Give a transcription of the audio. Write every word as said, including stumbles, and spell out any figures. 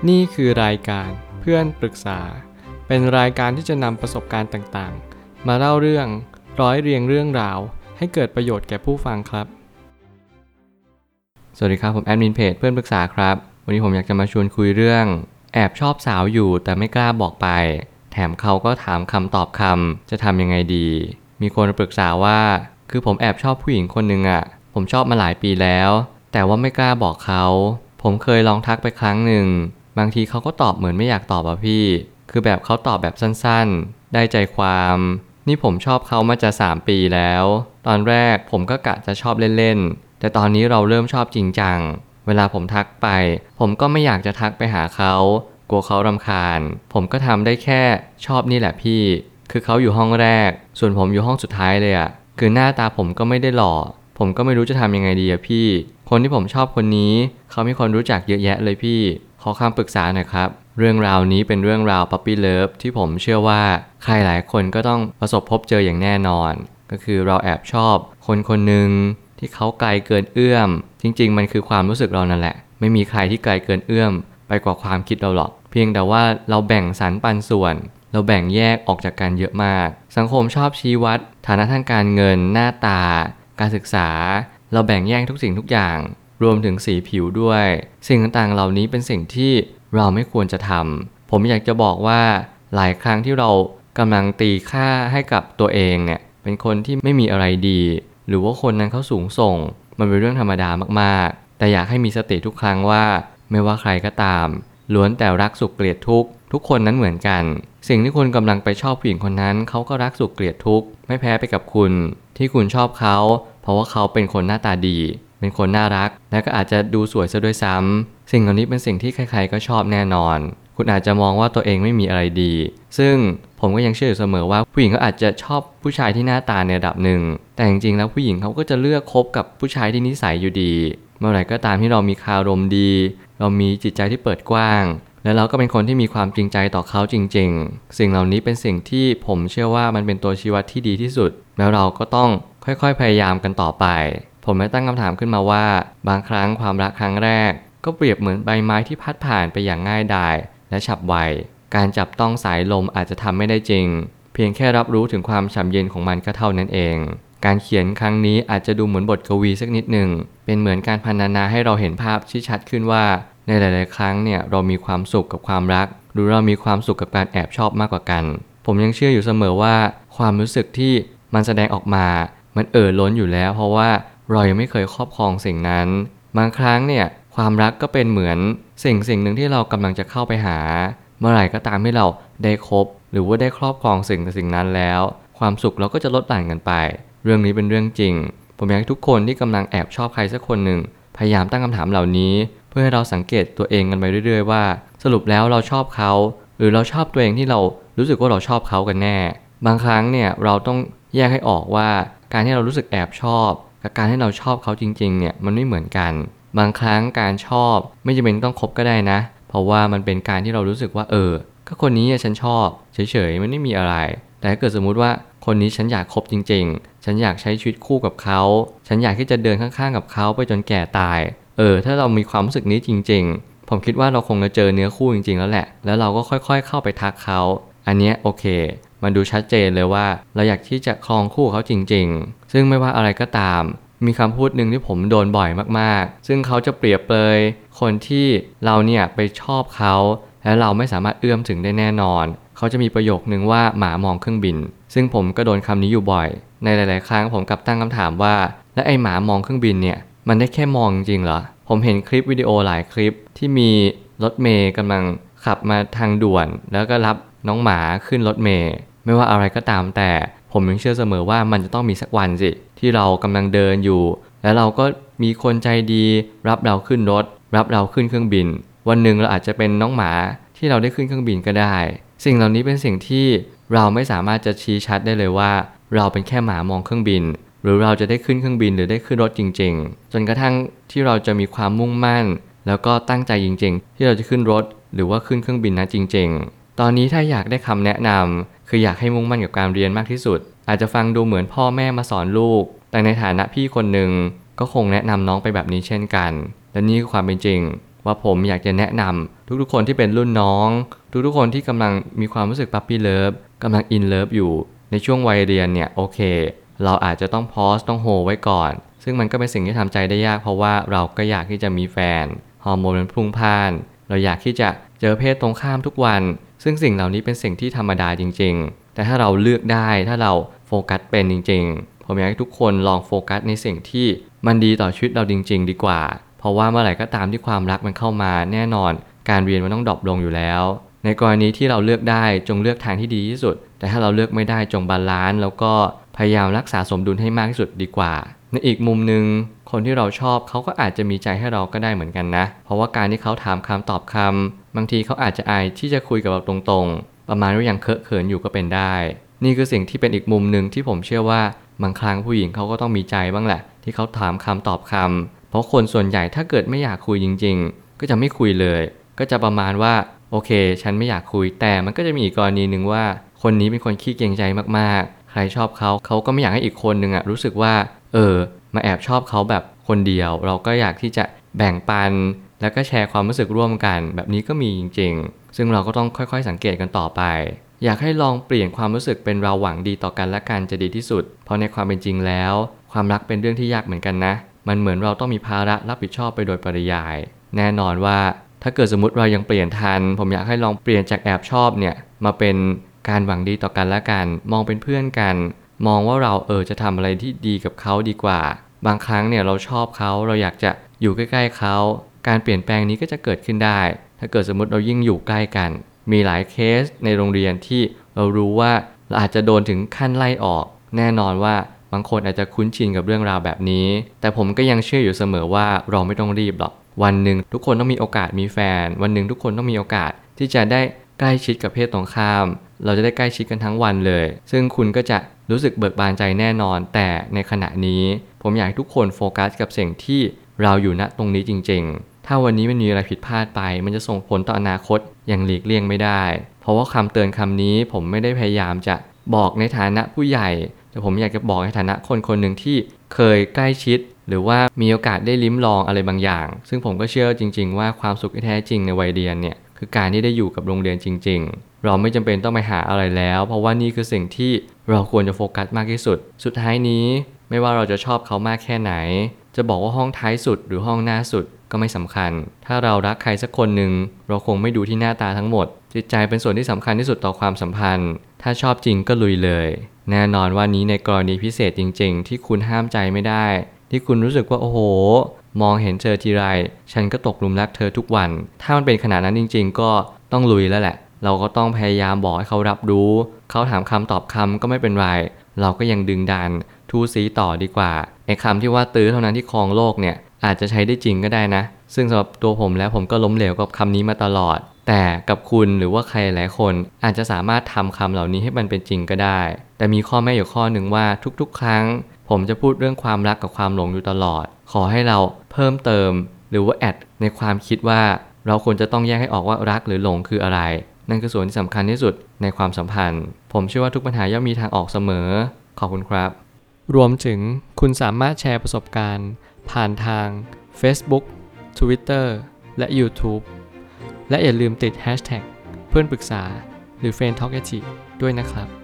นี่คือรายการเพื่อนปรึกษาเป็นรายการที่จะนำประสบการณ์ต่างๆมาเล่าเรื่องร้อยเรียงเรื่องราวให้เกิดประโยชน์แก่ผู้ฟังครับสวัสดีครับผมแอดมินเพจเพื่อนปรึกษาครับวันนี้ผมอยากจะมาชวนคุยเรื่องแอบชอบสาวอยู่แต่ไม่กล้าบอกไปแถมเขาก็ถามคำตอบคำจะทำยังไงดีมีคนปรึกษาว่าคือผมแอบชอบผู้หญิงคนนึงอ่ะผมชอบมาหลายปีแล้วแต่ว่าไม่กล้าบอกเขาผมเคยลองทักไปครั้งหนึ่งบางทีเขาก็ตอบเหมือนไม่อยากตอบอ่ะพี่คือแบบเขาตอบแบบสั้นๆได้ใจความนี่ผมชอบเขามาจะสามปีแล้วตอนแรกผมก็กะจะชอบเล่นๆแต่ตอนนี้เราเริ่มชอบจริงจังเวลาผมทักไปผมก็ไม่อยากจะทักไปหาเขากลัวเขารำคาญผมก็ทำได้แค่ชอบนี่แหละพี่คือเขาอยู่ห้องแรกส่วนผมอยู่ห้องสุดท้ายเลยอ่ะคือหน้าตาผมก็ไม่ได้หล่อผมก็ไม่รู้จะทำยังไงดีอะพี่คนที่ผมชอบคนนี้เขามีคนรู้จักเยอะแยะเลยพี่ขอคำปรึกษาหน่อยครับเรื่องราวนี้เป็นเรื่องราวปั๊ปปี้เลิฟที่ผมเชื่อว่าใครหลายคนก็ต้องประสบพบเจออย่างแน่นอนก็คือเราแอบชอบคนคนหนึ่งที่เขาไกลเกินเอื้อมจริงๆมันคือความรู้สึกเรานั่นแหละไม่มีใครที่ไกลเกินเอื้อมไปกว่าความคิดเราหรอกเพียงแต่ว่าเราแบ่งสรรปันส่วนเราแบ่งแยกออกจากกันเยอะมากสังคมชอบชี้วัดฐานะทางการเงินหน้าตาการศึกษาเราแบ่งแยกทุกสิ่งทุกอย่างรวมถึงสีผิวด้วยสิ่งต่างๆเหล่านี้เป็นสิ่งที่เราไม่ควรจะทำผมอยากจะบอกว่าหลายครั้งที่เรากำลังตีค่าให้กับตัวเองเนี่ยเป็นคนที่ไม่มีอะไรดีหรือว่าคนนั้นเขาสูงส่งมันเป็นเรื่องธรรมดามากๆแต่อยากให้มีสติทุกครั้งว่าไม่ว่าใครก็ตามล้วนแต่รักสุขเกลียดทุกข์ทุกคนนั้นเหมือนกันสิ่งที่คุณกำลังไปชอบผู้หญิงคนนั้นเขาก็รักสุขเกลียดทุกข์ไม่แพ้ไปกับคุณที่คุณชอบเขาเพราะว่าเขาเป็นคนหน้าตาดีเป็นคนน่ารักและก็อาจจะดูสวยซะด้วยซ้ำสิ่งเหล่านี้เป็นสิ่งที่ใครๆก็ชอบแน่นอนคุณอาจจะมองว่าตัวเองไม่มีอะไรดีซึ่งผมก็ยังเชื่ออยู่เสมอว่าผู้หญิงก็อาจจะชอบผู้ชายที่หน้าตาในระดับหนึ่งแต่จริงๆแล้วผู้หญิงเขาก็จะเลือกคบกับผู้ชายที่นิสัยอยู่ดีเมื่อไหร่ก็ตามที่เรามีคารมดีเรามีจิตใจที่เปิดกว้างและเราก็เป็นคนที่มีความจริงใจต่อเขาจริงๆสิ่งเหล่านี้เป็นสิ่งที่ผมเชื่อว่ามันเป็นตัวชี้วัดที่ดีที่สุดแล้วเราก็ต้องค่อยๆพยายามกันต่อไปผมได้ตั้งคำถามขึ้นมาว่าบางครั้งความรักครั้งแรกก็เปรียบเหมือนใบไม้ที่พัดผ่านไปอย่างง่ายดายและฉับไวการจับต้องสายลมอาจจะทำไม่ได้จริงเพียงแค่รับรู้ถึงความฉ่ำเย็นของมันก็เท่านั้นเองการเขียนครั้งนี้อาจจะดูเหมือนบทกวีสักนิดหนึ่งเป็นเหมือนการพรรณนาให้เราเห็นภาพที่ชัดขึ้นว่าในหลายๆครั้งเนี่ยเรามีความสุขกับความรักหรือเรามีความสุขกับการแอบชอบมากกว่ากันผมยังเชื่ออยู่เสมอว่าความรู้สึกที่มันแสดงออกมามันเอ่อล้นอยู่แล้วเพราะว่าเรายังไม่เคยครอบครองสิ่งนั้นบางครั้งเนี่ยความรักก็เป็นเหมือนสิ่งสิ่งหนึ่งที่เรากำลังจะเข้าไปหาเมื่อไหร่ก็ตามที่เราได้คบหรือว่าได้ครอบครองสิ่งสิ่งนั้นแล้วความสุขเราก็จะลดหลั่นกันไปเรื่องนี้เป็นเรื่องจริงผมอยากให้ทุกคนที่กำลังแอบชอบใครสักคนหนึ่งพยายามตั้งคำถามเหล่านี้เพื่อให้เราสังเกตตัวเองกันไปเรื่อยๆว่าสรุปแล้วเราชอบเขาหรือเราชอบตัวเองที่เรารู้สึกว่าเราชอบเขากันแน่บางครั้งเนี่ยเราต้องแยกให้ออกว่าการที่เรารู้สึกแอบชอบกับการที่เราชอบเขาจริงๆเนี่ยมันไม่เหมือนกันบางครั้งการชอบไม่จำเป็นต้องคบก็ได้นะเพราะว่ามันเป็นการที่เรารู้สึกว่าเออก็คนนี้ฉันชอบเฉยๆมันไม่มีอะไรแต่ถ้าเกิดสมมุติว่าคนนี้ฉันอยากคบจริงๆฉันอยากใช้ชีวิตคู่กับเขาฉันอยากที่จะเดินข้างๆกับเขาไปจนแก่ตายเออถ้าเรามีความรู้สึกนี้จริงๆผมคิดว่าเราคงจะเจอเนื้อคู่จริงๆแล้วแหละแล้วเราก็ค่อยๆเข้าไปทักเขาอันเนี้ยโอเคมันดูชัดเจนเลยว่าเราอยากที่จะครองคู่เขาจริงๆซึ่งไม่ว่าอะไรก็ตามมีคำพูดหนึ่งที่ผมโดนบ่อยมากๆซึ่งเขาจะเปรียบเลยคนที่เราเนี่ยไปชอบเขาและเราไม่สามารถเอื้อมถึงได้แน่นอนเขาจะมีประโยคนึงว่าหมามองเครื่องบินซึ่งผมก็โดนคำนี้อยู่บ่อยในหลายๆครั้งผมกลับตั้งคำถามว่าและไอ้หมามองเครื่องบินเนี่ยมันได้แค่มองจริงเหรอผมเห็นคลิปวิดีโอหลายคลิปที่มีรถเมล์กำลังขับมาทางด่วนแล้วก็รับน้องหมาขึ้นรถเมล์ไม่ว่าอะไรก็ตามแต่ผมยังเชื่อเสมอว่ามันจะต้องมีสักวันสิที่เรากำลังเดินอยู่แล้วเราก็มีคนใจดีรับเราขึ้นรถรับเราขึ้นเครื่องบินวันหนึ่งเราอาจจะเป็นน้องหมาที่เราได้ขึ้นเครื่องบินก็ได้สิ่งเหล่านี้เป็นสิ่งที่เราไม่สามารถจะชี้ชัดได้เลยว่าเราเป็นแค่หมามองเครื่องบินหรือเราจะได้ขึ้นเครื่องบินหรือได้ขึ้นรถจริงๆจนกระทั่งที่เราจะมีความมุ่งมั่นแล้วก็ตั้งใจจริงๆที่เราจะขึ้นรถหรือว่าขึ้นเครื่องบินนะจริงๆตอนนี้ถ้าอยากได้คำแนะนำคืออยากให้มุ่งมั่นกับการเรียนมากที่สุดอาจจะฟังดูเหมือนพ่อแม่มาสอนลูกแต่ในฐานะพี่คนหนึ่งก็คงแนะนำน้องไปแบบนี้เช่นกันและนี่คือความเป็นจริงว่าผมอยากจะแนะนำทุกๆคนที่เป็นรุ่นน้องทุกๆคนที่กำลังมีความรู้สึกปั๊ปปี้เลิฟกำลังอินเลิฟอยู่ในช่วงวัยเรียนเนี่ยโอเคเราอาจจะต้องพอสต้องโฮไว้ก่อนซึ่งมันก็เป็นสิ่งที่ทำใจได้ยากเพราะว่าเราก็อยากที่จะมีแฟนฮอร์โมนมันพลุ่งพล่านเราอยากที่จะเจอเพศตรงข้ามทุกวันซึ่งสิ่งเหล่านี้เป็นสิ่งที่ธรรมดาจริงๆแต่ถ้าเราเลือกได้ถ้าเราโฟกัสเป็นจริงๆผมอยากให้ทุกคนลองโฟกัสในสิ่งที่มันดีต่อชีวิตเราจริงๆดีกว่าเพราะว่าเมื่อไหร่ก็ตามที่ความรักมันเข้ามาแน่นอนการเรียนมันต้องดรอปลงอยู่แล้วในกรณีที่เราเลือกได้จงเลือกทางที่ดีที่สุดแต่ถ้าเราเลือกไม่ได้จงบาลานซ์แล้วก็พยายามรักษาสมดุลให้มากที่สุดดีกว่าในอีกมุมนึงคนที่เราชอบเขาก็อาจจะมีใจให้เราก็ได้เหมือนกันนะเพราะว่าการที่เขาถามคำตอบคำบางทีเขาอาจจะอายที่จะคุยกับเราตรงๆประมาณว่ายังเคอะเขินอยู่ก็เป็นได้นี่คือสิ่งที่เป็นอีกมุมนึงที่ผมเชื่อว่าบางครั้งผู้หญิงเขาก็ต้องมีใจบ้างแหละที่เขาถามคำตอบคำเพราะคนส่วนใหญ่ถ้าเกิดไม่อยากคุยจริงๆก็จะไม่คุยเลยก็จะประมาณว่าโอเคฉันไม่อยากคุยแต่มันก็จะมีอีกกรณีนึงว่าคนนี้เป็นคนขี้เกรงใจมากๆใครชอบเขาเขาก็ไม่อยากให้อีกคนนึงอะรู้สึกว่าเออมาแอบชอบเขาแบบคนเดียวเราก็อยากที่จะแบ่งปันแล้วก็แชร์ความรู้สึกร่วมกันแบบนี้ก็มีจริงๆซึ่งเราก็ต้องค่อยๆสังเกตกันต่อไปอยากให้ลองเปลี่ยนความรู้สึกเป็นเราหวังดีต่อกันและกันจะดีที่สุดเพราะในความเป็นจริงแล้วความรักเป็นเรื่องที่ยากเหมือนกันนะมันเหมือนเราต้องมีภาระรับผิดชอบไปโดยปริยายแน่นอนว่าถ้าเกิดสมมติเรายังเปลี่ยนทันผมอยากให้ลองเปลี่ยนจากแอบชอบเนี่ยมาเป็นการหวังดีต่อกันและกันมองเป็นเพื่อนกันมองว่าเราเออจะทำอะไรที่ดีกับเขาดีกว่าบางครั้งเนี่ยเราชอบเขาเราอยากจะอยู่ใกล้ๆเขาการเปลี่ยนแปลงนี้ก็จะเกิดขึ้นได้ถ้าเกิดสมมติเรายิ่งอยู่ใกล้กันมีหลายเคสในโรงเรียนที่เรารู้ว่าเราอาจจะโดนถึงขั้นไล่ออกแน่นอนว่าบางคนอาจจะคุ้นชินกับเรื่องราวแบบนี้แต่ผมก็ยังเชื่ออยู่เสมอว่าเราไม่ต้องรีบหรอกวันหนึ่งทุกคนต้องมีโอกาสมีแฟนวันหนึ่งทุกคนต้องมีโอกาสที่จะได้ใกล้ชิดกับเพศตรงข้ามเราจะได้ใกล้ชิดกันทั้งวันเลยซึ่งคุณก็จะรู้สึกเบิกบานใจแน่นอนแต่ในขณะนี้ผมอยากให้ทุกคนโฟกัสกับสิ่งที่เราอยู่ณตรงนี้จริงๆถ้าวันนี้มันมีอะไรผิดพลาดไปมันจะส่งผลต่ออนาคตอย่างหลีกเลี่ยงไม่ได้เพราะว่าคำเตือนคำนี้ผมไม่ได้พยายามจะบอกในฐานะผู้ใหญ่แต่ผมอยากจะบอกในฐานะคนคนหนึ่งที่เคยใกล้ชิดหรือว่ามีโอกาสได้ลิ้มลองอะไรบางอย่างซึ่งผมก็เชื่อจริงๆว่าความสุขที่แท้จริงในวัยเรียนเนี่ยคือการที่ได้อยู่กับโรงเรียนจริงๆเราไม่จำเป็นต้องไปหาอะไรแล้วเพราะว่านี่คือสิ่งที่เราควรจะโฟกัสมากที่สุดสุดท้ายนี้ไม่ว่าเราจะชอบเขามากแค่ไหนจะบอกว่าห้องท้ายสุดหรือห้องหน้าสุดก็ไม่สำคัญถ้าเรารักใครสักคนหนึ่งเราคงไม่ดูที่หน้าตาทั้งหมดจิตใจเป็นส่วนที่สำคัญที่สุดต่อความสัมพันธ์ถ้าชอบจริงก็ลุยเลยแน่นอนว่านี้ในกรณีพิเศษจริงๆที่คุณห้ามใจไม่ได้ที่คุณรู้สึกว่าโอ้โหมองเห็นเธอทีไรฉันก็ตกหลุมรักเธอทุกวันถ้ามันเป็นขนาดนั้นจริงๆก็ต้องลุยแล้วแหละเราก็ต้องพยายามบอกให้เขารับรู้เขาถามคำตอบคำก็ไม่เป็นไรเราก็ยังดึงดันทูสีต่อดีกว่าไอ้คำที่ว่าตื้อเท่านั้นที่ครองโลกเนี่ยอาจจะใช้ได้จริงก็ได้นะซึ่งสำหรับตัวผมแล้วผมก็ล้มเหลวกับคำนี้มาตลอดแต่กับคุณหรือว่าใครหลายคนอาจจะสามารถทำคำเหล่านี้ให้มันเป็นจริงก็ได้แต่มีข้อแม้อยู่ข้อหนึ่งว่าทุกๆครั้งผมจะพูดเรื่องความรักกับความหลงอยู่ตลอดขอให้เราเพิ่มเติมหรือว่าแอดในความคิดว่าเราควรจะต้องแยกให้ออกว่ารักหรือหลงคืออะไรนั่นคือส่วนที่สำคัญที่สุดในความสัมพันธ์ผมเชื่อว่าทุกปัญหาย่อมมีทางออกเสมอขอบคุณครับรวมถึงคุณสามารถแชร์ประสบการณ์ผ่านทาง Facebook Twitter และ YouTube และอย่าลืมติด แฮชแท็ก เพื่อนปรึกษาหรือ เฟรนด์ ทอล์ก ด้วยนะครับ